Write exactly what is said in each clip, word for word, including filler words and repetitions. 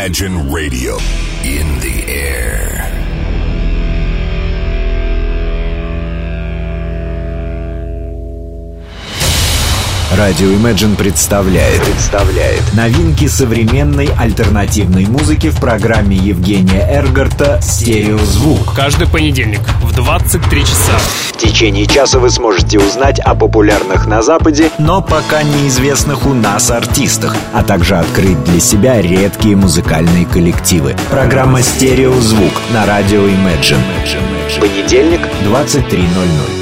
Imagine Radio in the air. Радио Imagine представляет, представляет новинки современной альтернативной музыки в программе Евгения Эргарта «Стереозвук». Каждый понедельник в двадцать три часа. В течение часа вы сможете узнать о популярных на Западе, но пока неизвестных у нас артистах, а также открыть для себя редкие музыкальные коллективы. Программа «Стереозвук» на радио Imagine. Понедельник, двадцать три ноль ноль.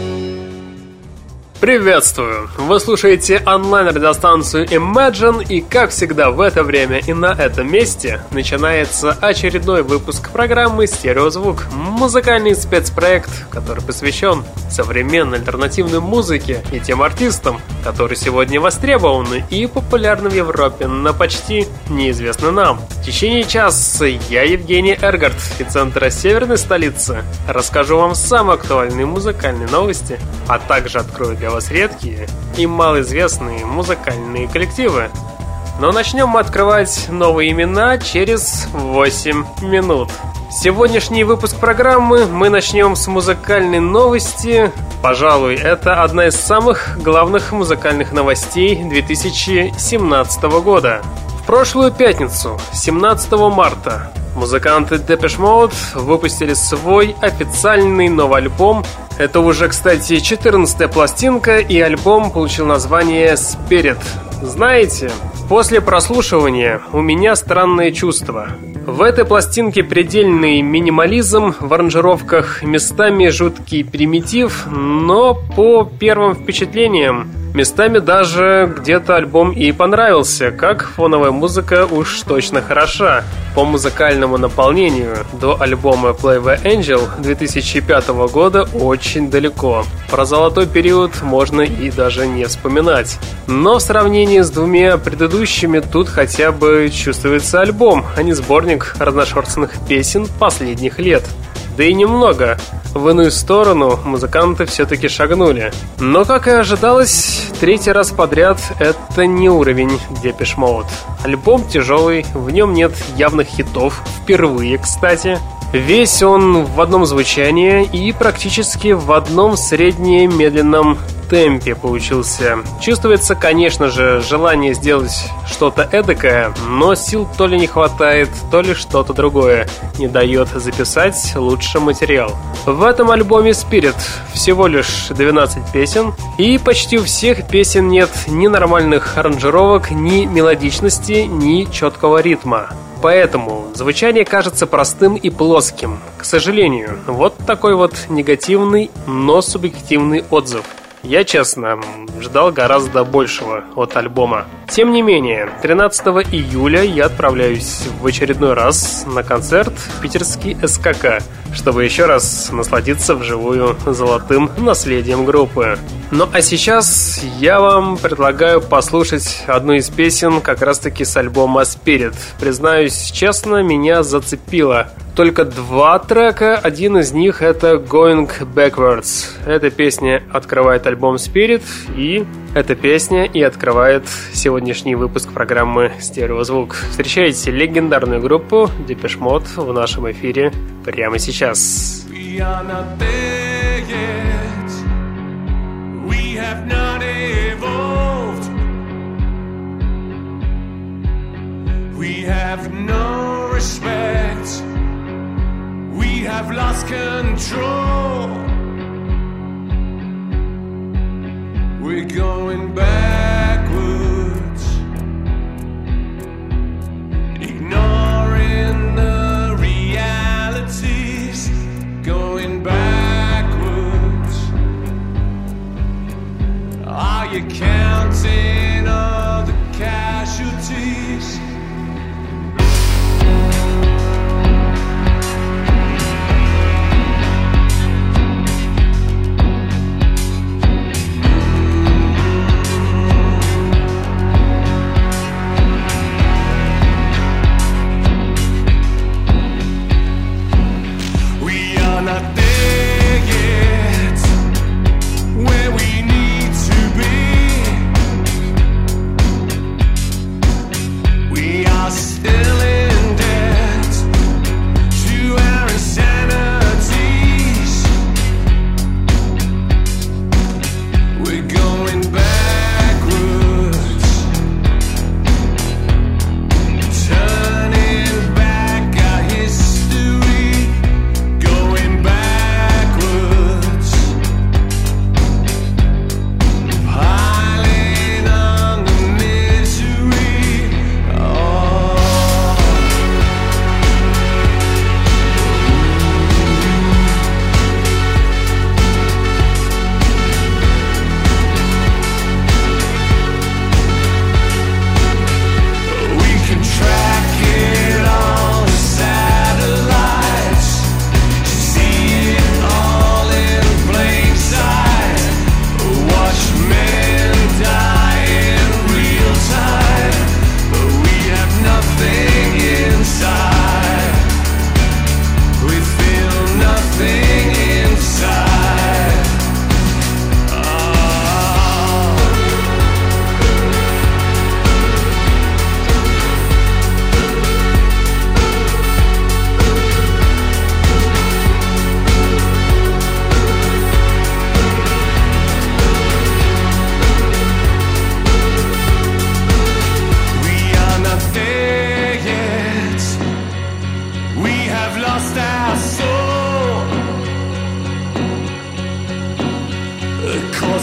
Приветствую! Вы слушаете онлайн-радиостанцию Imagine, и, как всегда, в это время и на этом месте начинается очередной выпуск программы «Стереозвук». Музыкальный спецпроект, который посвящен современной альтернативной музыке и тем артистам, которые сегодня востребованы и популярны в Европе, но почти неизвестны нам. В течение часа я, Евгений Эргарт, из центра северной столицы, расскажу вам самые актуальные музыкальные новости, а также открою для вас редкие и малоизвестные музыкальные коллективы. Но начнем мы открывать новые имена через восемь минут. Сегодняшний выпуск программы мы начнем с музыкальной новости. Пожалуй, это одна из самых главных музыкальных новостей две тысячи семнадцатого года. В прошлую пятницу, семнадцатого марта, музыканты Depeche Mode выпустили свой официальный новый альбом. Это уже, кстати, четырнадцатая пластинка, и альбом получил название Spirit. Знаете, после прослушивания у меня странное чувство. В этой пластинке предельный минимализм в аранжировках, местами жуткий примитив, но по первым впечатлениям местами даже где-то альбом и понравился, как фоновая музыка уж точно хороша. По музыкальному наполнению до альбома Play the Angel две тысячи пятого года очень далеко. Про золотой период можно и даже не вспоминать. Но в сравнении с двумя предыдущими тут хотя бы чувствуется альбом, а не сборник разношерстных песен последних лет. Да и немного в иную сторону музыканты все-таки шагнули. Но, как и ожидалось, третий раз подряд это не уровень Depeche Mode. Альбом тяжелый, в нем нет явных хитов, впервые, кстати. Весь он в одном звучании и практически в одном средне-медленном темпе получился. Чувствуется, конечно же, желание сделать что-то эдакое, но сил то ли не хватает, то ли что-то другое не дает записать лучший материал. В этом альбоме Spirit всего лишь двенадцать песен, и почти у всех песен нет ни нормальных аранжировок, ни мелодичности, ни четкого ритма. Поэтому звучание кажется простым и плоским. К сожалению, вот такой вот негативный, но субъективный отзыв. Я, честно, ждал гораздо большего от альбома. Тем не менее, тринадцатого июля я отправляюсь в очередной раз на концерт в питерский эс ка ка, чтобы еще раз насладиться вживую золотым наследием группы. Ну а сейчас я вам предлагаю послушать одну из песен как раз-таки с альбома Spirit. Признаюсь честно, меня зацепило. Только два трека, один из них это Going Backwards. Эта песня открывает альбом Spirit, и эта песня и открывает сегодняшний выпуск программы «Стереозвук». Встречайте легендарную группу Depeche Mode в нашем эфире прямо сейчас. We are not there yet. We have not evolved. We have no respect. We have lost control. We're going backwards, ignoring the realities, going backwards. Are you counting all the casualties? Not there.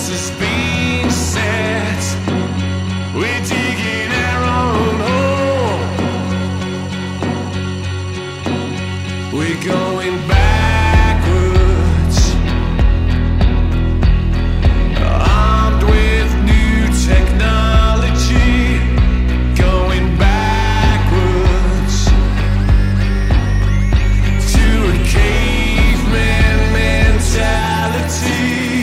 has been set. We're digging our own hole. We're going backwards, armed with new technology. Going backwards to a caveman mentality.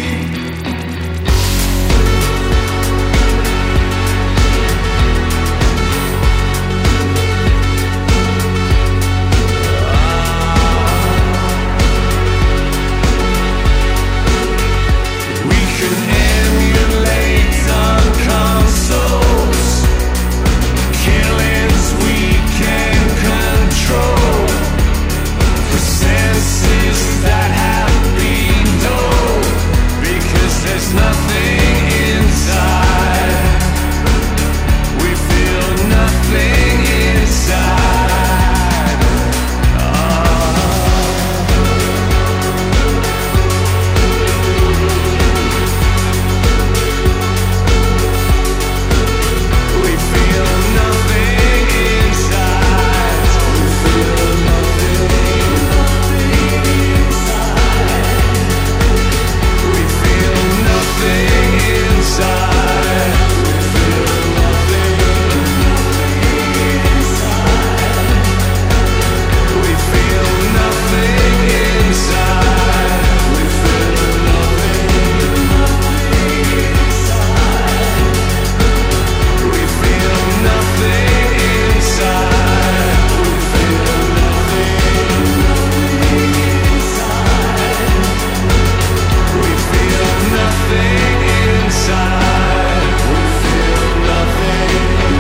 We can emulate on consoles, killings we can control, for senses that have been dulled, because there's nothing inside. We feel nothing inside. We feel nothing inside. We feel nothing inside. We feel nothing inside. We feel nothing inside. We feel nothing inside. We feel nothing inside. We feel nothing inside. We feel nothing inside. We feel nothing inside. We feel nothing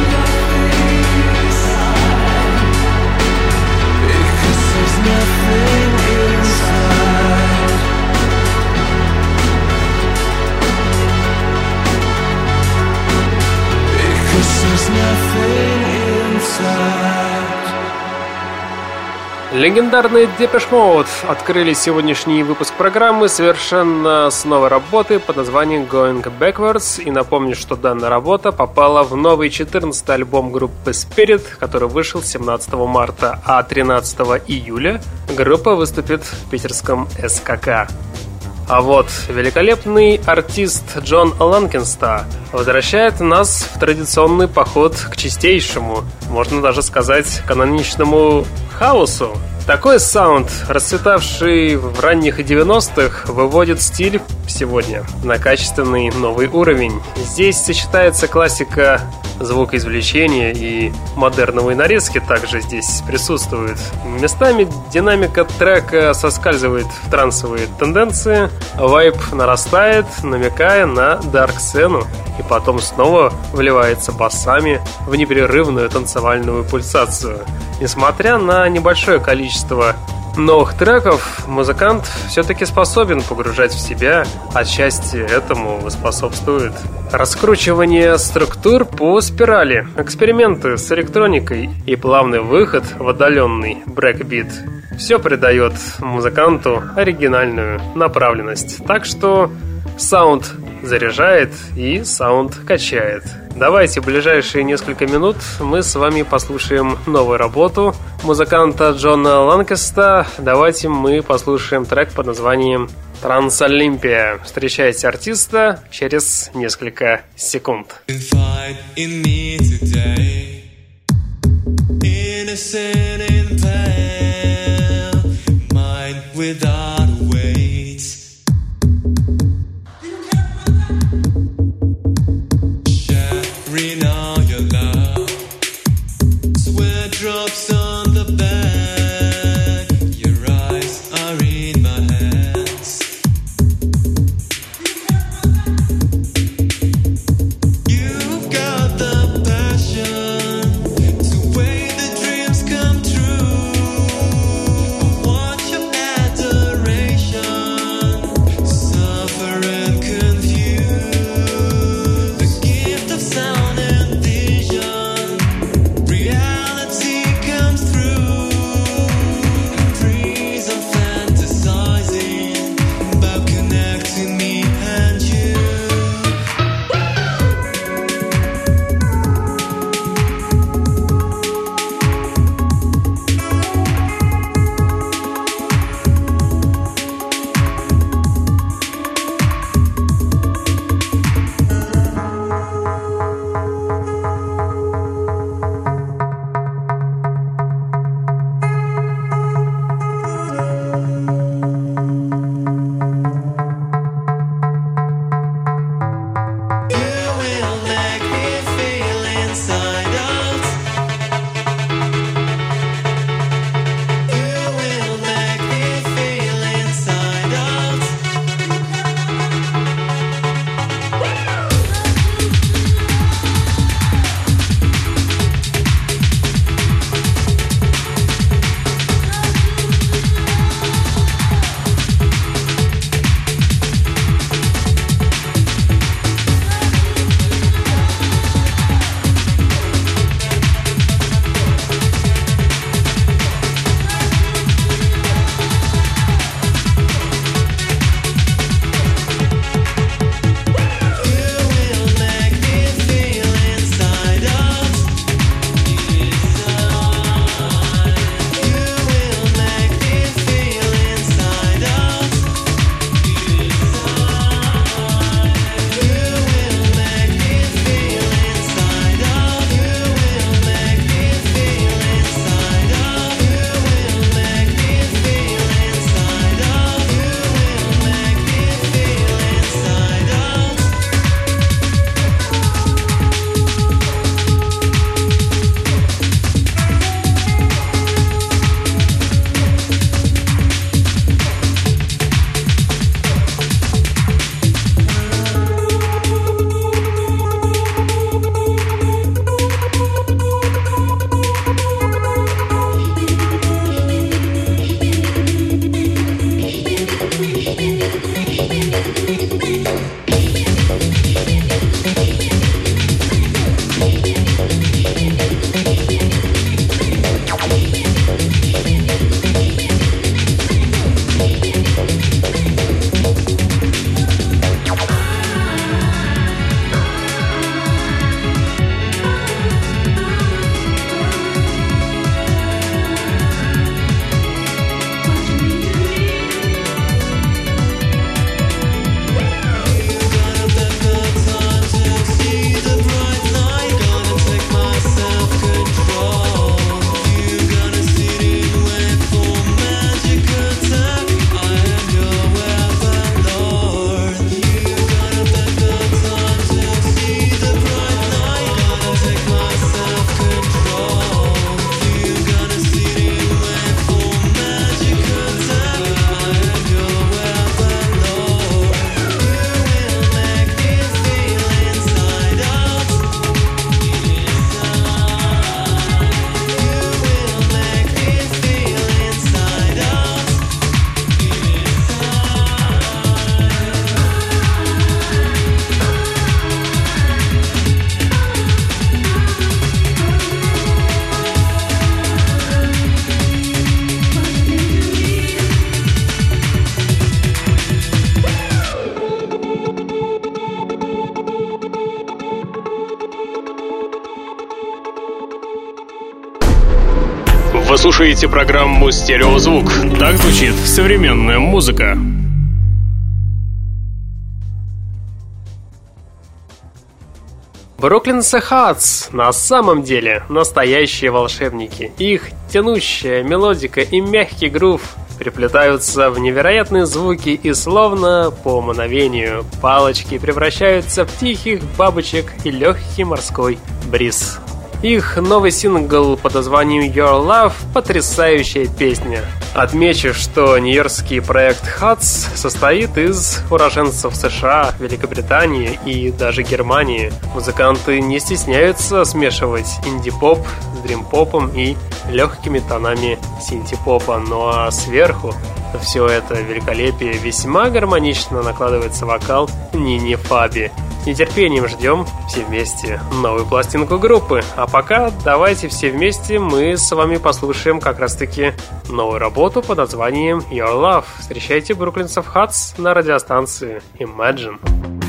inside. Because there's nothing inside. Because there's nothing inside. Легендарные Depeche Mode открыли сегодняшний выпуск программы совершенно с новой работы под названием Going Backwards. И напомню, что данная работа попала в новый четырнадцатый альбом группы Spirit, который вышел семнадцатого марта, а тринадцатого июля группа выступит в питерском эс ка ка. А вот великолепный артист Джон Ланкенста возвращает нас в традиционный поход к чистейшему, можно даже сказать, каноничному хаосу. Такой саунд, расцветавший в ранних девяностых, выводит стиль сегодня на качественный новый уровень. Здесь сочетается классика звукоизвлечения и модерновые нарезки также здесь присутствуют. Местами динамика трека соскальзывает в трансовые тенденции, вайб нарастает, намекая на дарк-сцену, и потом снова вливается басами в непрерывную танцевальную пульсацию. Несмотря на небольшое количество новых треков, музыкант все-таки способен погружать в себя, отчасти этому способствует раскручивание структур по спирали, эксперименты с электроникой и плавный выход в отдаленный брейкбит. Все придает музыканту оригинальную направленность, так что саунд заряжает и саунд качает. Давайте в ближайшие несколько минут мы с вами послушаем новую работу музыканта Джона Ланкеста. Давайте мы послушаем трек под названием «Трансолимпия». Встречайте артиста через несколько секунд. Drops on the bed, your eyes are in my hands. You've got the passion to make the dreams come true. Watch your adoration. Вы слушаете программу «Стереозвук». Так звучит современная музыка. Brooklyn Hearts на самом деле настоящие волшебники. Их тянущая мелодика и мягкий грув приплетаются в невероятные звуки и словно по мановению палочки превращаются в тихих бабочек и легкий морской бриз. Их новый сингл под названием Your Love – потрясающая песня. Отмечу, что нью-йоркский проект Hearts состоит из уроженцев США, Великобритании и даже Германии. Музыканты не стесняются смешивать инди-поп с дрим-попом и легкими тонами синти-попа. Ну а сверху все это великолепие весьма гармонично накладывается вокал Нини Фаби. С нетерпением ждем все вместе новую пластинку группы. А пока давайте все вместе мы с вами послушаем как раз таки новую работу под названием Your Love. Встречайте Brooklyn Hearts на радиостанции Imagine.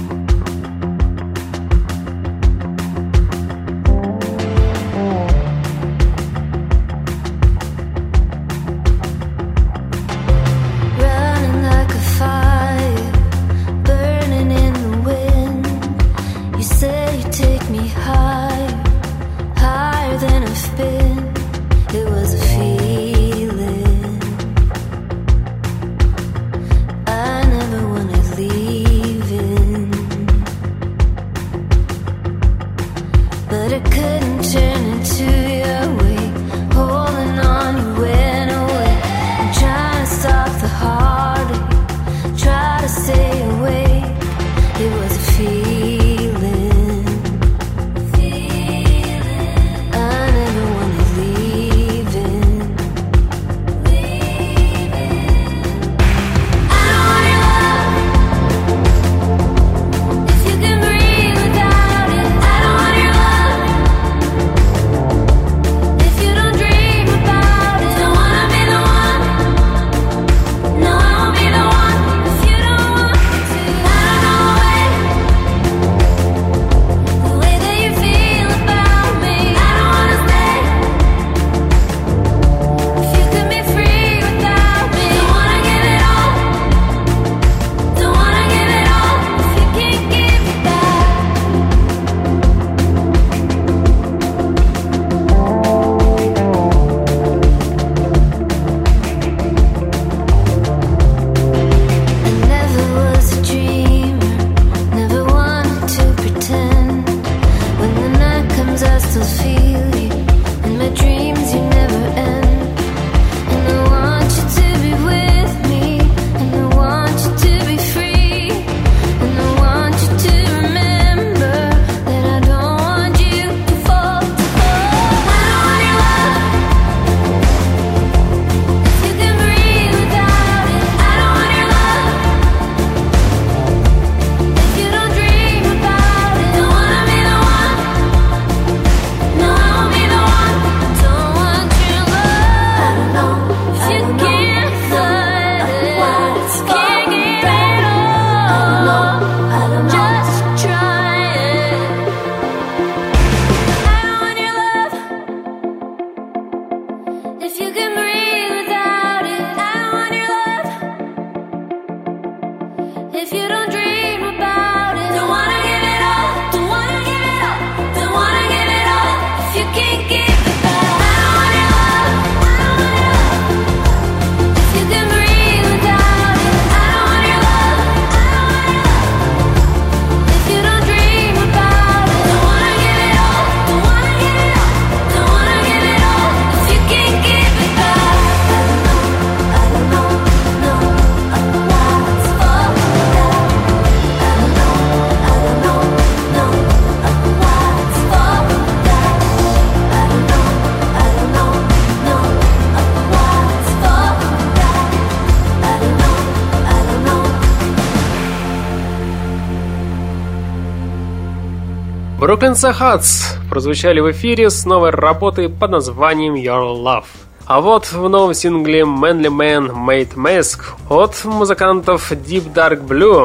Brooklyn Hearts прозвучали в эфире с новой работой под названием Your Love. А вот в новом сингле Manly Man Made Mask от музыкантов Deep Dark Blue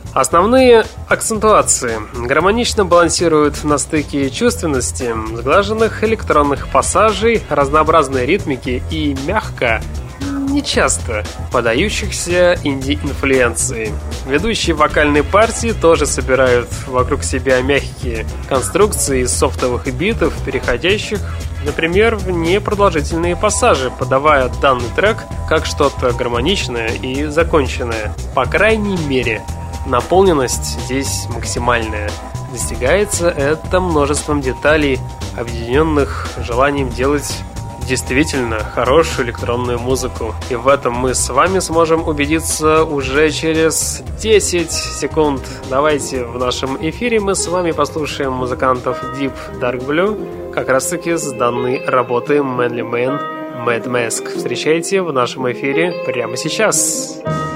Основные акцентуации гармонично балансируют на стыке чувственности, сглаженных электронных пассажей, разнообразной ритмики и мягко, нечасто подающихся инди-инфлюенции. Ведущие вокальные партии тоже собирают вокруг себя мягкие конструкции из софтовых битов, переходящих, например, в непродолжительные пассажи, подавая данный трек как что-то гармоничное и законченное. По крайней мере, наполненность здесь максимальная. Достигается это множеством деталей, объединенных желанием делать действительно хорошую электронную музыку. И в этом мы с вами сможем убедиться уже через десять секунд. Давайте в нашем эфире мы с вами послушаем музыкантов Deep Dark Blue как раз таки с данной работы Manly Man Mad Mask. Встречайте в нашем эфире прямо сейчас.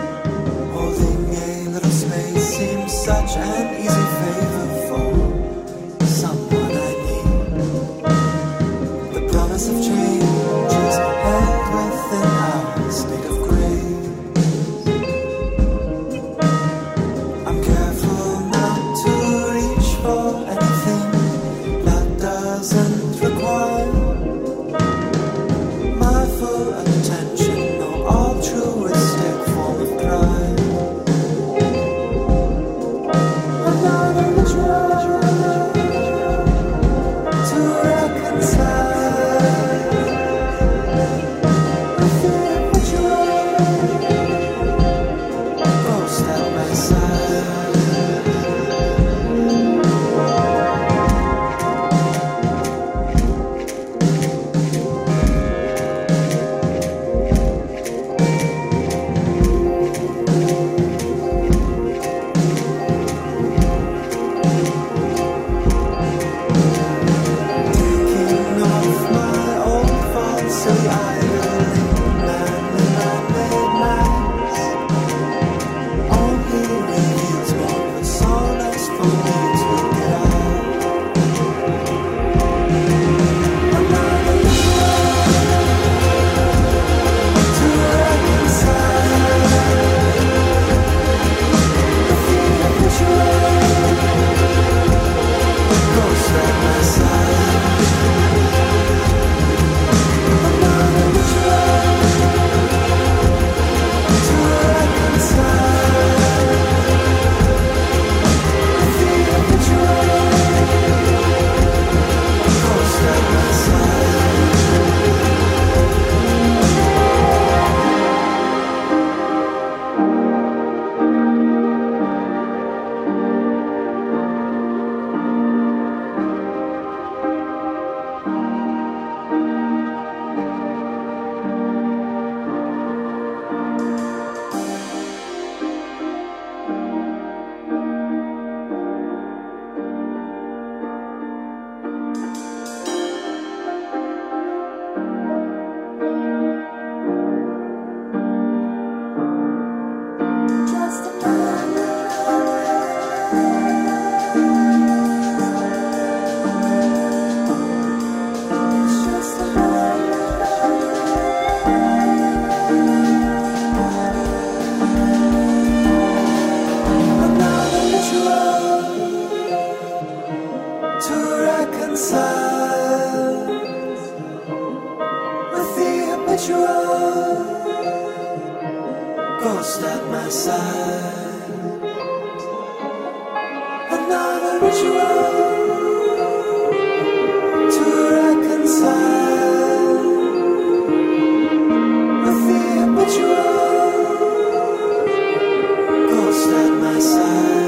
Such an easy favor for someone I need. The promise of change is held within our state of grace. I'm careful not to reach for anything that doesn't require my full attention, no altruistic form of pride. Ghost at my side. Another ritual to reconcile with the habitual. Ghost at my side.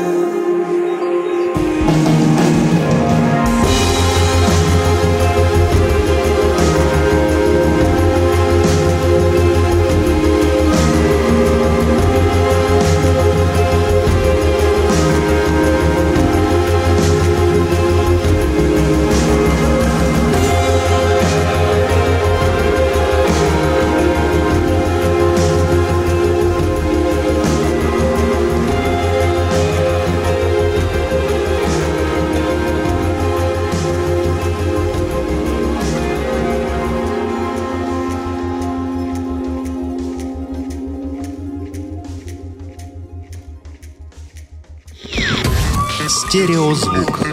Стереозвук.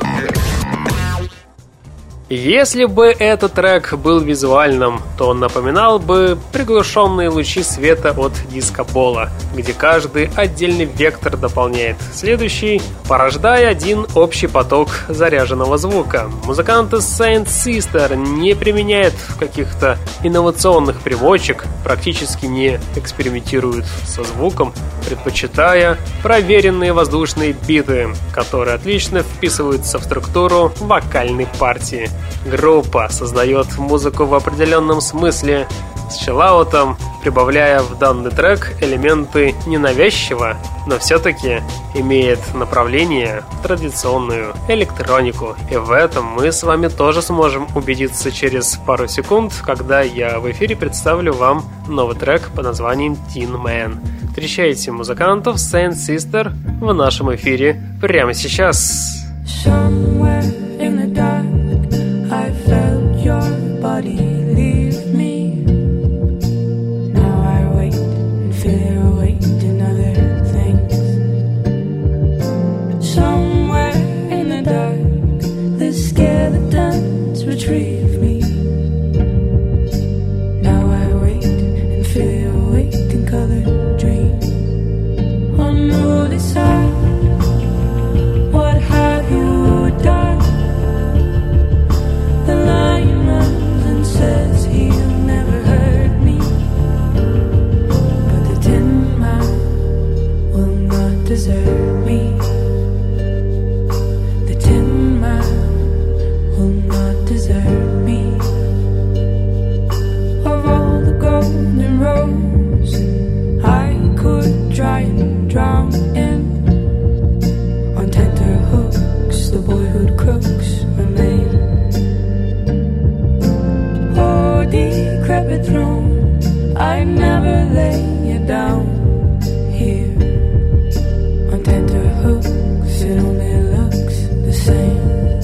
Если бы этот трек был визуальным, то он напоминал бы приглушенные лучи света от диско-бола, где каждый отдельный вектор дополняет следующий, порождая один общий поток заряженного звука. Музыканты Saint Sister не применяют каких-то инновационных приводчик, практически не экспериментируют со звуком, предпочитая проверенные воздушные биты, которые отлично вписываются в структуру вокальной партии. Группа создает музыку в определенном смысле с чиллаутом, прибавляя в данный трек элементы ненавязчиво, но все-таки имеет направление в традиционную электронику. И в этом мы с вами тоже сможем убедиться через пару секунд, когда я в эфире представлю вам новый трек под названием Tin Man. Встречайте музыкантов Saint Sister в нашем эфире прямо сейчас. Somewhere in the dark, I felt your body leave me. Now I wait and feel wait in other things. Somewhere in the dark, the skeletons retrieve me. Now I wait and feel wait in colored dreams. Unruly side, what have you done? The lion runs and says he'll never hurt me, but the tin man will not desert me. The tin man will not desert me. Of all the golden roads I could try and drown in, on tender hooks the boyhood crooks remain. Oh, decrepit throne, I'd never lay you down here. On tender hooks it only looks the same.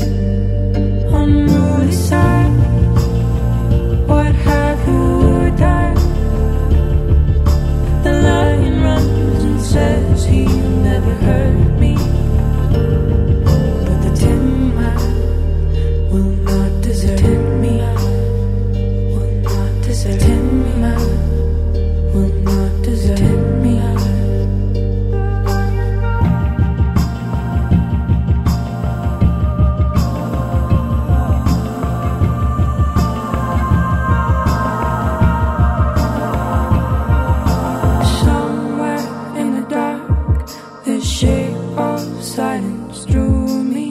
Unruly side, what have you done? The lion runs and says he'll never hurt me, but the tin man will not desert me. Will not desert me. Will not desert me. Somewhere in the dark, the shape of silence drew me.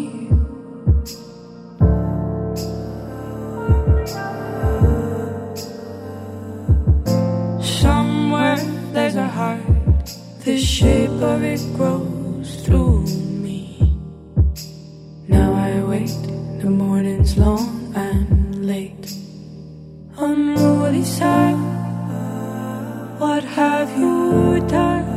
Somewhere there's a heart, the shape of it grows through me. Now I wait, the morning's long and late. Unruly side, what have you done?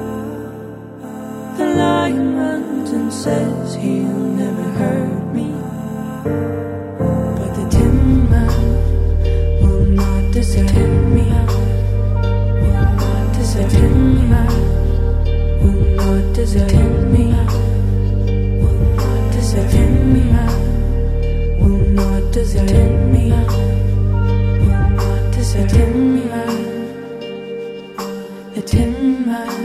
The lion runs and says he'll never hurt me, but the tin man will not desert me. Will not desert me. Will not desert me. Will not desert me. Will not desert me. Will not desert me. The tin man.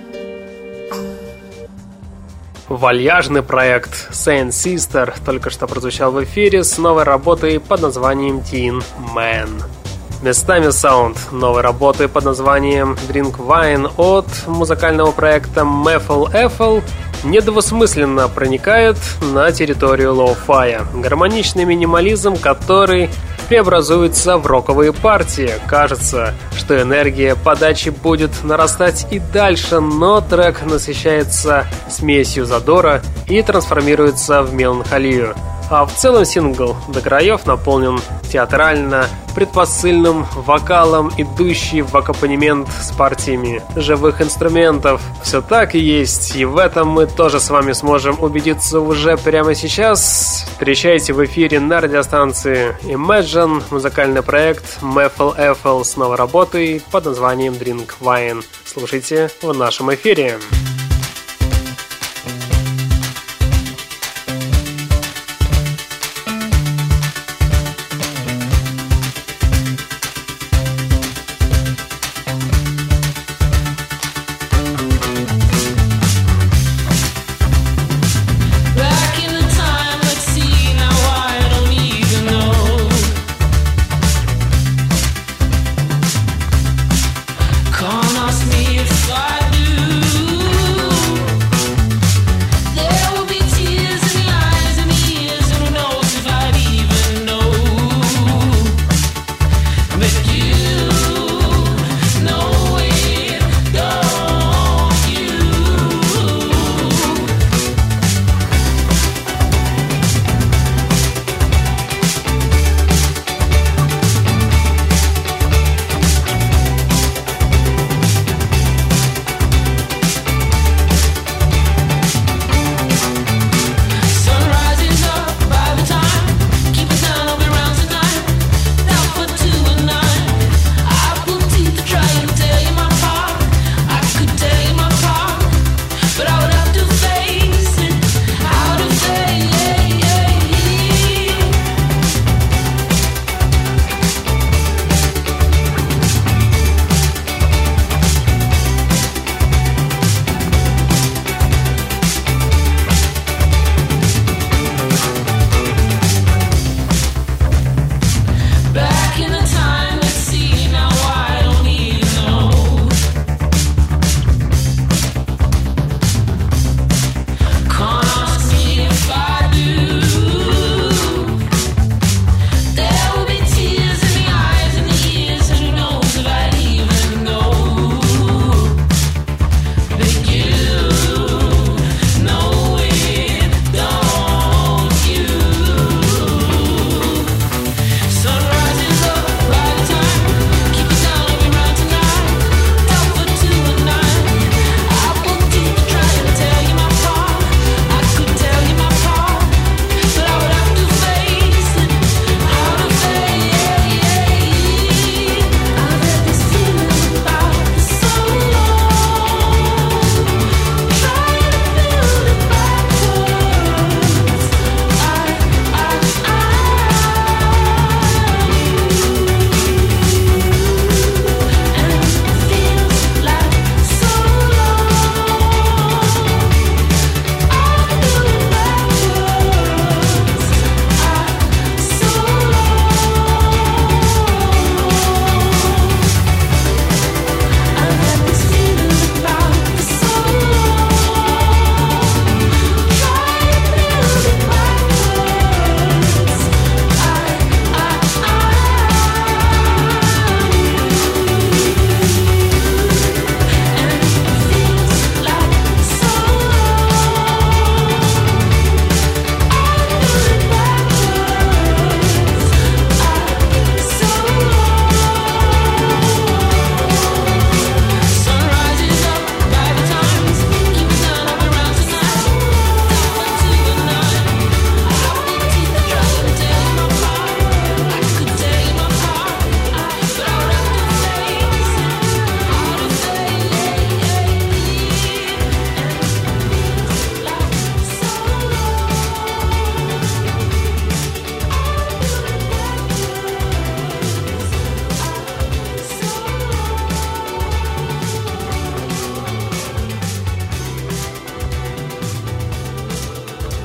Вальяжный проект Saint Sister только что прозвучал в эфире с новой работой под названием Tin Man. Местами саунд новой работы под названием Drink Wine от музыкального проекта Meffel Ethel недвусмысленно проникает на территорию лоу-фая. Гармоничный минимализм, который преобразуется в роковые партии. Кажется, что энергия подачи будет нарастать и дальше, но трек насыщается смесью задора и трансформируется в меланхолию. А в целом сингл до краев наполнен театрально предпосыльным вокалом, идущий в аккомпанемент с партиями живых инструментов. Все так и есть, и в этом мы тоже с вами сможем убедиться уже прямо сейчас. Встречайте в эфире на радиостанции Imagine музыкальный проект Meffel Ethel с новой работой под названием Drink Wine. Слушайте в нашем эфире.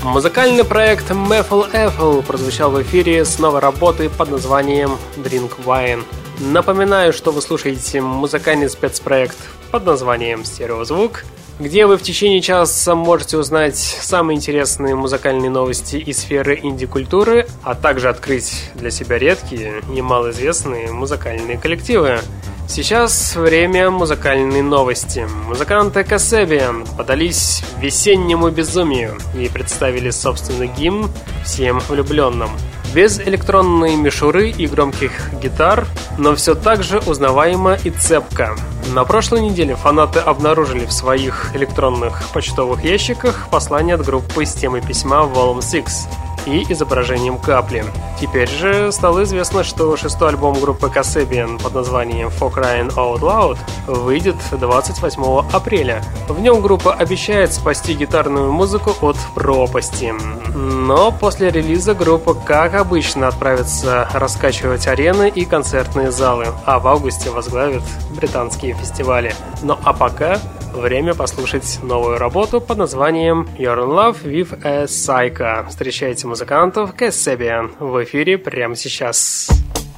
Музыкальный проект Meffle Apple прозвучал в эфире с новой работой под названием Drink Wine. Напоминаю, что вы слушаете музыкальный спецпроект под названием «Стереозвук», где вы в течение часа можете узнать самые интересные музыкальные новости из сферы инди-культуры, а также открыть для себя редкие и малоизвестные музыкальные коллективы. Сейчас время музыкальной новости. Музыканты Kasabian подались весеннему безумию и представили собственный гимн всем влюбленным. Без электронной мишуры и громких гитар, но все так же узнаваемо и цепко. На прошлой неделе фанаты обнаружили в своих электронных почтовых ящиках послание от группы с темой письма Volume шесть и изображением капли. Теперь же стало известно, что шестой альбом группы Kasabian под названием For Crying Out Loud выйдет двадцать восьмого апреля. В нем группа обещает спасти гитарную музыку от пропасти. Но после релиза группа, как обычно, отправится раскачивать арены и концертные залы, а в августе возглавит британские фестивали. Ну а пока время послушать новую работу под названием You're in Love with a Psycho. Встречайте музыкантов Kasabian в эфире прямо сейчас.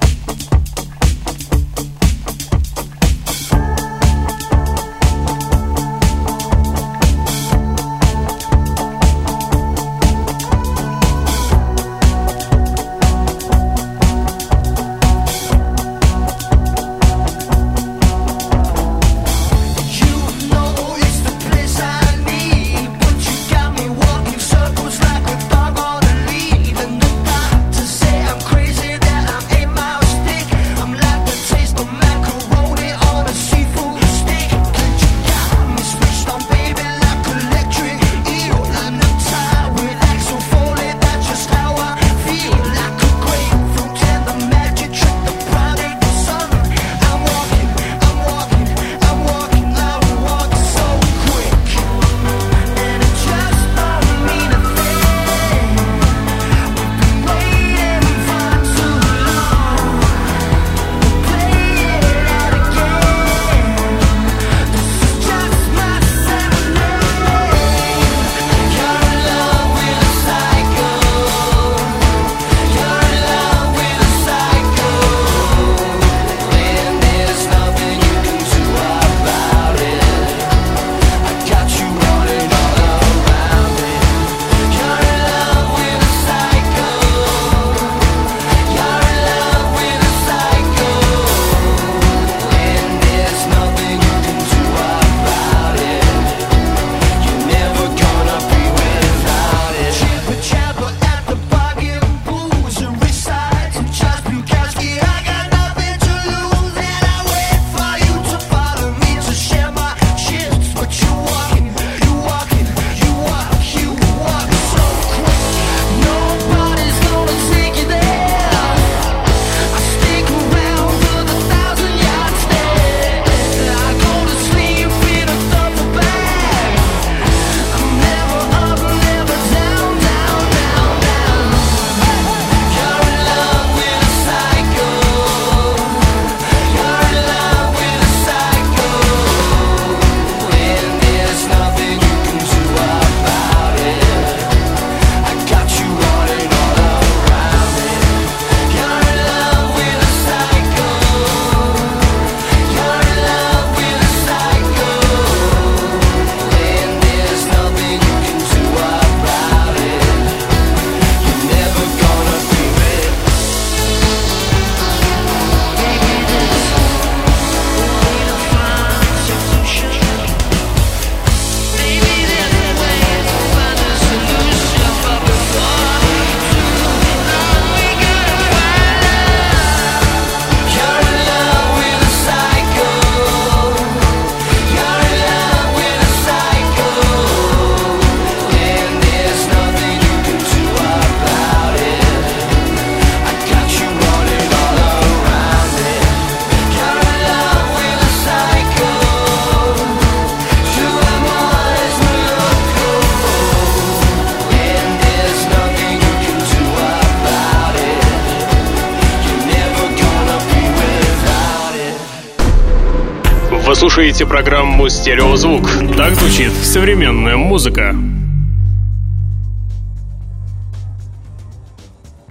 Вы слушаете программу «Стереозвук». Так звучит современная музыка.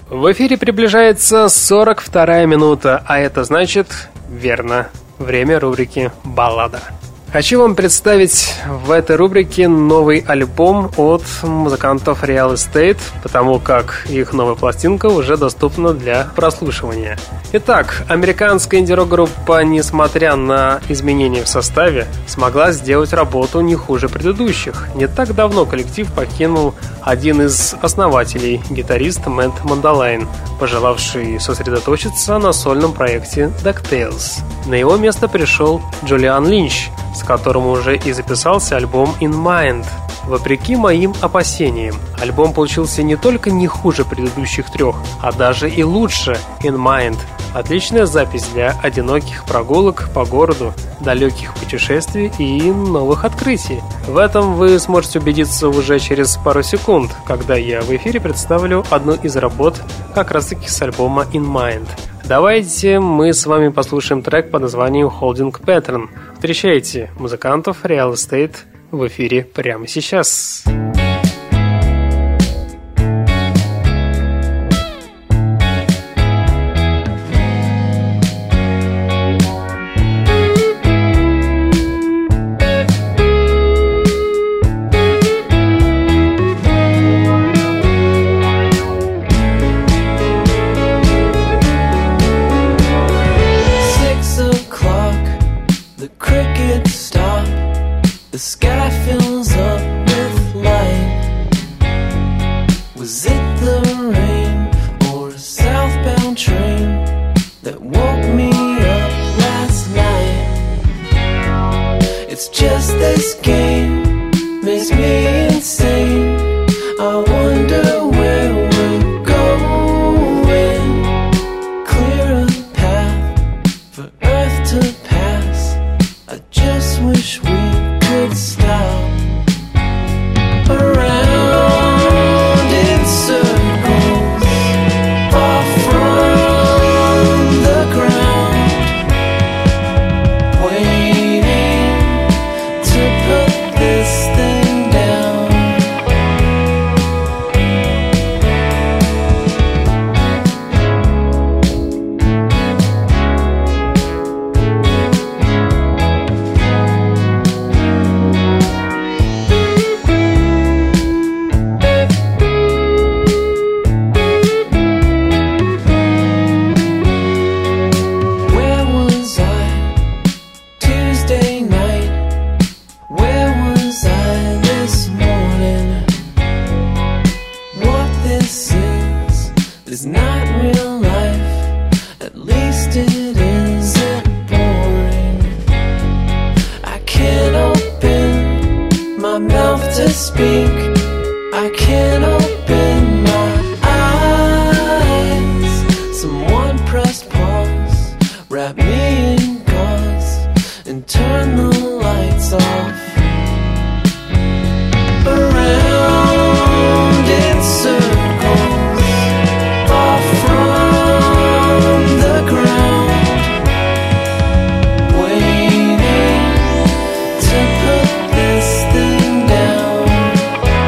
В эфире приближается сорок вторая минута, а это значит, верно, время рубрики «Баллада». Хочу вам представить в этой рубрике новый альбом от музыкантов Real Estate, потому как их новая пластинка уже доступна для прослушивания. Итак, американская инди-рок-группа, несмотря на изменения в составе, смогла сделать работу не хуже предыдущих. Не так давно коллектив покинул один из основателей, гитарист Мэтт Мандалайн, пожелавший сосредоточиться на сольном проекте DuckTales. На его место пришел Джулиан Линч, с которым уже и записался альбом In Mind. Вопреки моим опасениям, альбом получился не только не хуже предыдущих трех, а даже и лучше In Mind. Отличная запись для одиноких прогулок по городу, далеких путешествий и новых открытий. В этом вы сможете убедиться уже через пару секунд, когда я в эфире представлю одну из работ как раз таки с альбома In Mind. Давайте мы с вами послушаем трек под названием Holding Pattern. Встречайте музыкантов Real Estate в эфире прямо сейчас. The sky fills up with light. Was it the rain or a southbound train that woke me up last night? It's just this game makes me insane. I wonder where we're going. Clear a path for Earth to pass. I just wish we could stop. Around in circles, off from the ground, waiting to put this thing down. It's not real life, at least it isn't boring. I can't open my mouth to speak, I can't open my eyes. Someone press pause, wrap me in gauze, and turn the lights off. Around in circles, off from the ground, waiting to put this thing down.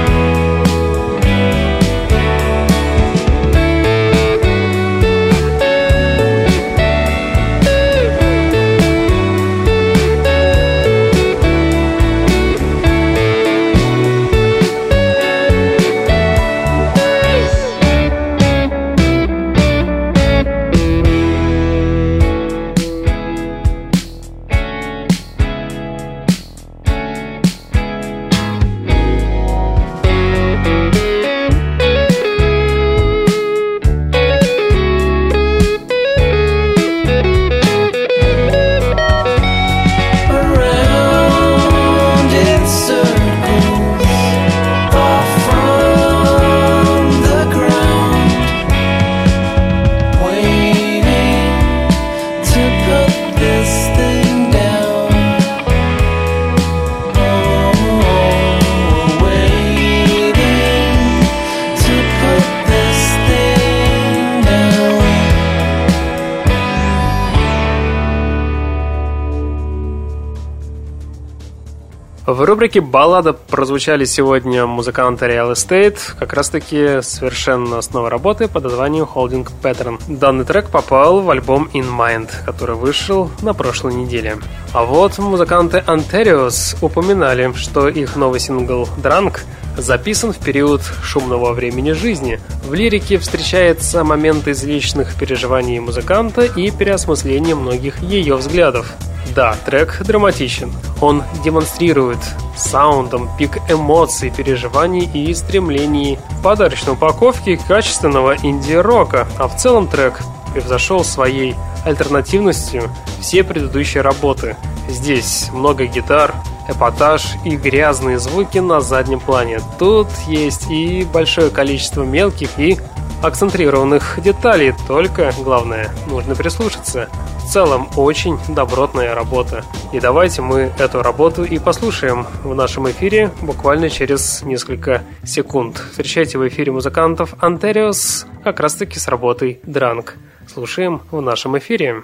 В рубрике «Баллада» прозвучали сегодня музыканты Real Estate, как раз-таки совершенно с новой работы под названием Holding Pattern. Данный трек попал в альбом In Mind, который вышел на прошлой неделе. А вот музыканты Anterios упоминали, что их новый сингл Drunk записан в период шумного времени жизни. В лирике встречается момент из личных переживаний музыканта и переосмысление многих ее взглядов. Да, трек драматичен. Он демонстрирует саундом пик эмоций, переживаний и стремлений в подарочной упаковке качественного инди-рока. А в целом трек превзошел своей альтернативностью все предыдущие работы. Здесь много гитар, эпатаж и грязные звуки на заднем плане. Тут есть и большое количество мелких и акцентрированных деталей, только, главное, нужно прислушаться. В целом, очень добротная работа. И давайте мы эту работу и послушаем в нашем эфире буквально через несколько секунд. Встречайте в эфире музыкантов Anterios как раз-таки с работой Drunk. Слушаем в нашем эфире.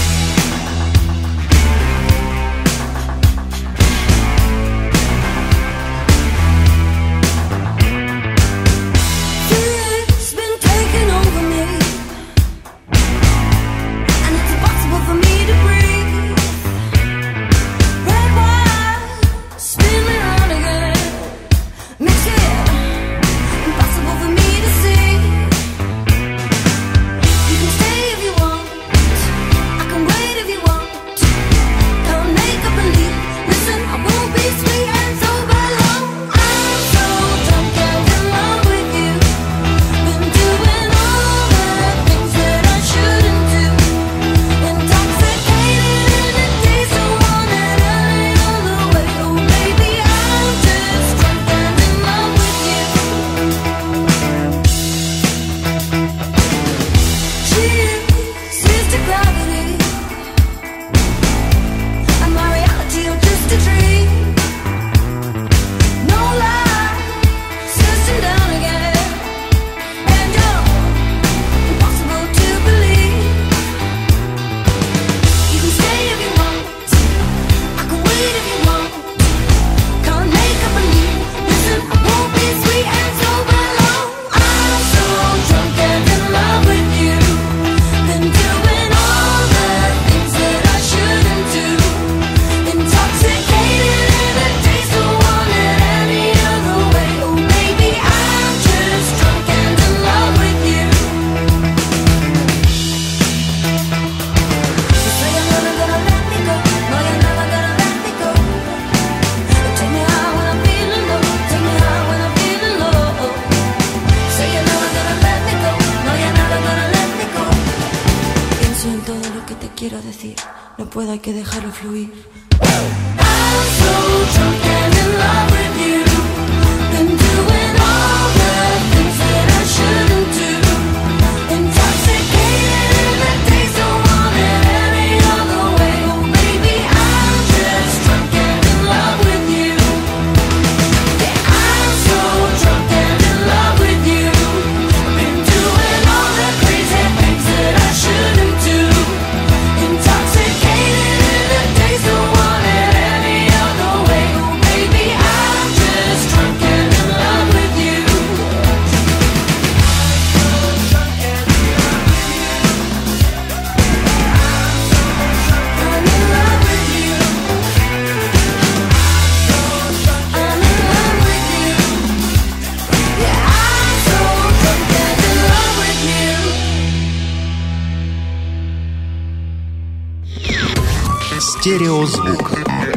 Стереозвук.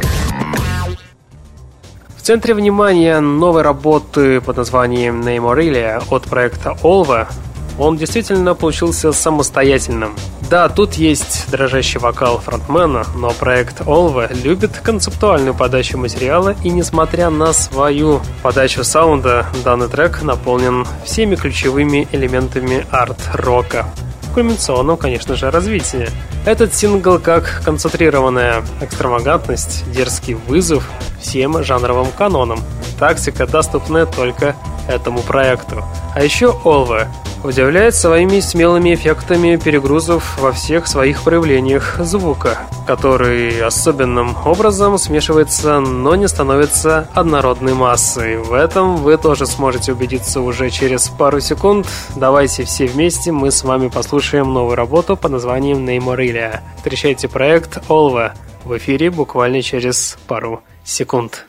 В центре внимания новой работы под названием Name Aurelia от проекта Olva. Он действительно получился самостоятельным. Да, тут есть дрожащий вокал фронтмена, но проект Olva любит концептуальную подачу материала, и несмотря на свою подачу саунда, данный трек наполнен всеми ключевыми элементами арт-рока. В кульминационном, конечно же, развитии. Этот сингл как концентрированная экстравагантность, дерзкий вызов всем жанровым канонам. Тактика, доступная только этому проекту. А еще Olva удивляет своими смелыми эффектами перегрузов во всех своих проявлениях звука, который особенным образом смешивается, но не становится однородной массой. В этом вы тоже сможете убедиться уже через пару секунд. Давайте все вместе мы с вами послушаем новую работу под названием Neymorelia. Встречайте проект Olva в эфире буквально через пару секунд.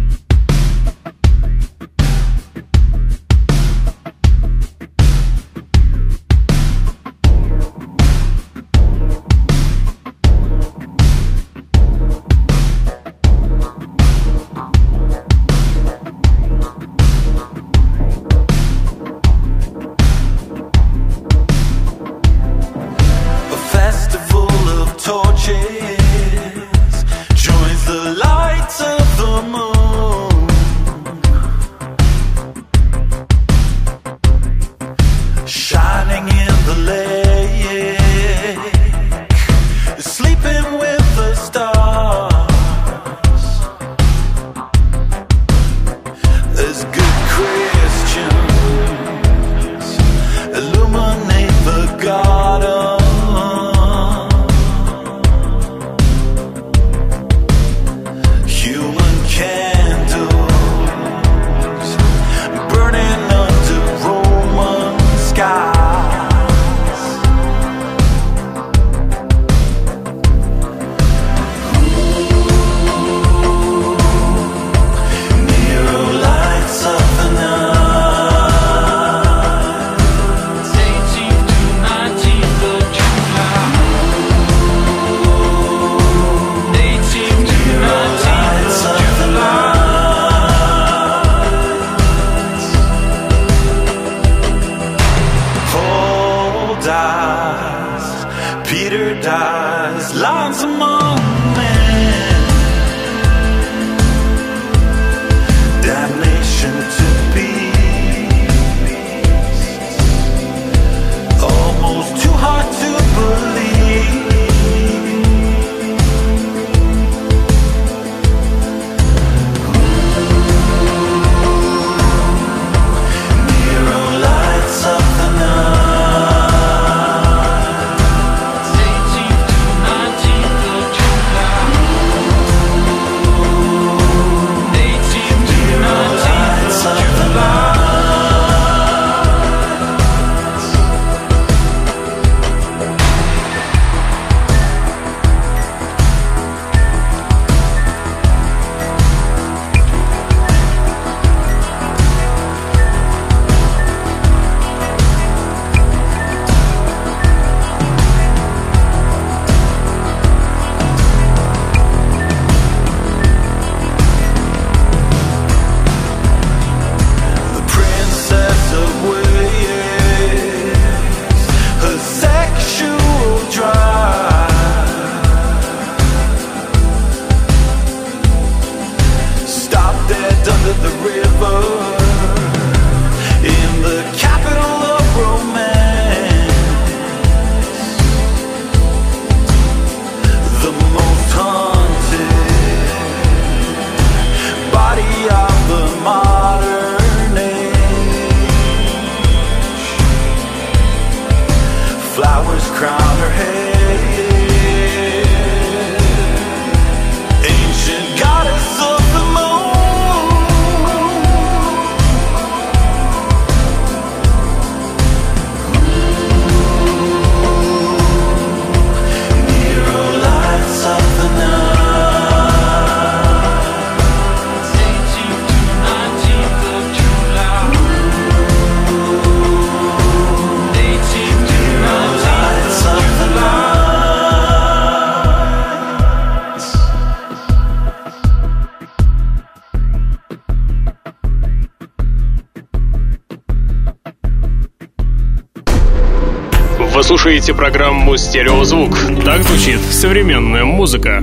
Вы слушаете программу «Стереозвук». Так звучит современная музыка.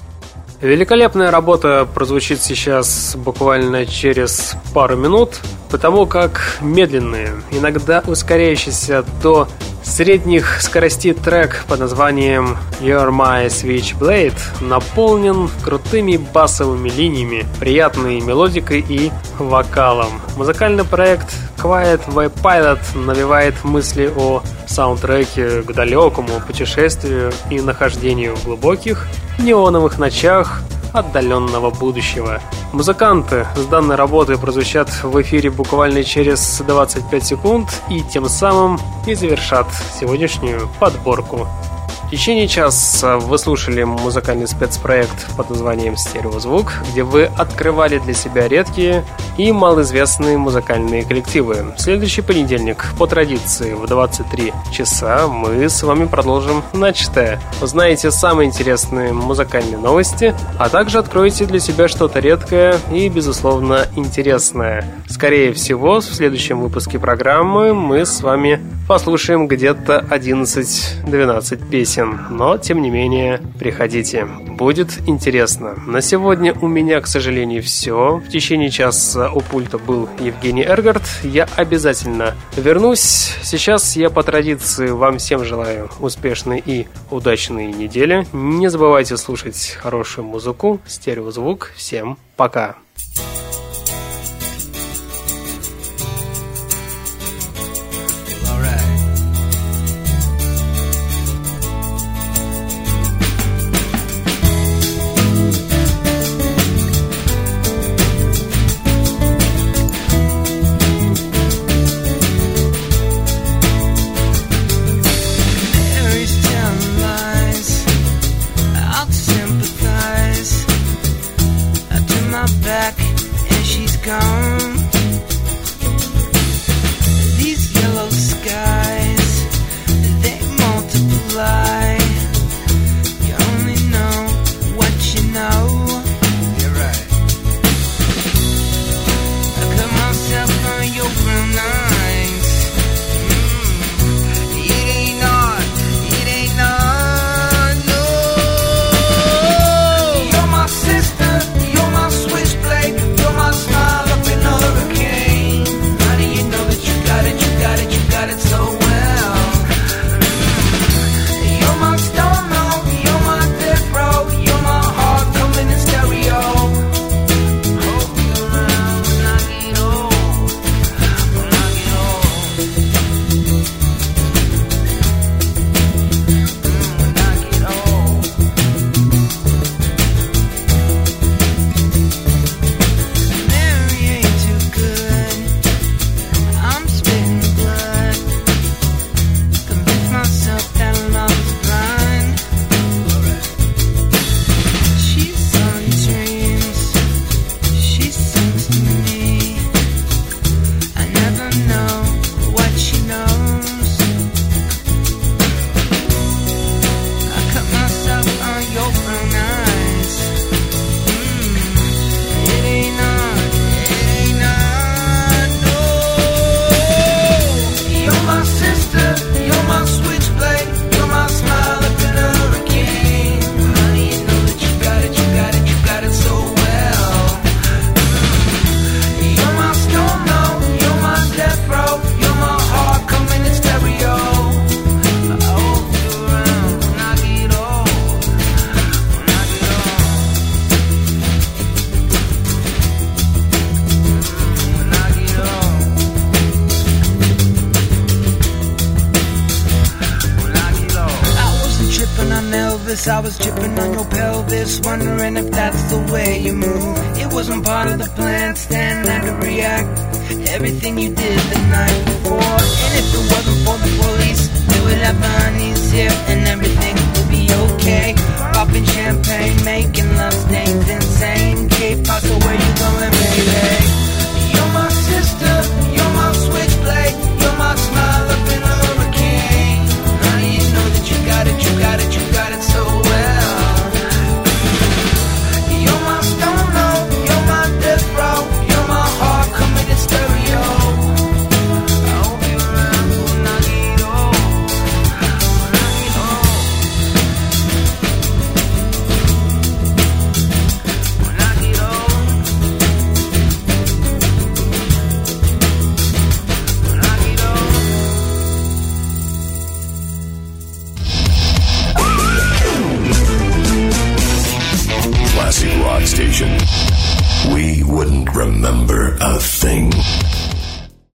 Великолепная работа прозвучит сейчас буквально через пару минут. потому как медленные, иногда ускоряющийся до средних скоростей трек под названием You're My Switchblade наполнен крутыми басовыми линиями, приятной мелодикой и вокалом. Музыкальный проект Quiet by Pilot навевает мысли о саундтреке к далекому путешествию и нахождению в глубоких неоновых ночах отдаленного будущего. Музыканты с данной работы прозвучат в эфире буквально через двадцать пять секунд и тем самым и завершат сегодняшнюю подборку. В течение часа вы слушали музыкальный спецпроект под названием «Стереозвук», где вы открывали для себя редкие и малоизвестные музыкальные коллективы. В следующий понедельник, по традиции, в двадцать три часа мы с вами продолжим начатое. Узнаете самые интересные музыкальные новости, а также откроете для себя что-то редкое и, безусловно, интересное. Скорее всего, в следующем выпуске программы мы с вами послушаем где-то одиннадцать-двенадцать песен. Но, тем не менее, приходите. Будет интересно. На сегодня у меня, к сожалению, все. В течение часа у пульта был Евгений Эргард. Я обязательно вернусь. Сейчас я по традиции вам всем желаю успешной и удачной недели. Не забывайте слушать хорошую музыку. Стереозвук. Всем пока. I was dripping on your pelvis, wondering if that's the way you move. It wasn't part of the plan, stand there to react. Everything you did the night before. And if it wasn't for the police, we would have bunnies here and everything would be okay. Popping champagne, making love stains insane. K-Pop, so where you going, baby? You're my sister, you're my switchblade, you're my smile up in a hurricane. Now you know that you got it, you got it, you got it so well. You're my stoner, you're my death row, you're my heart coming in stereo. I hope you're around for Nagito, for Nagito. television, we wouldn't remember a thing.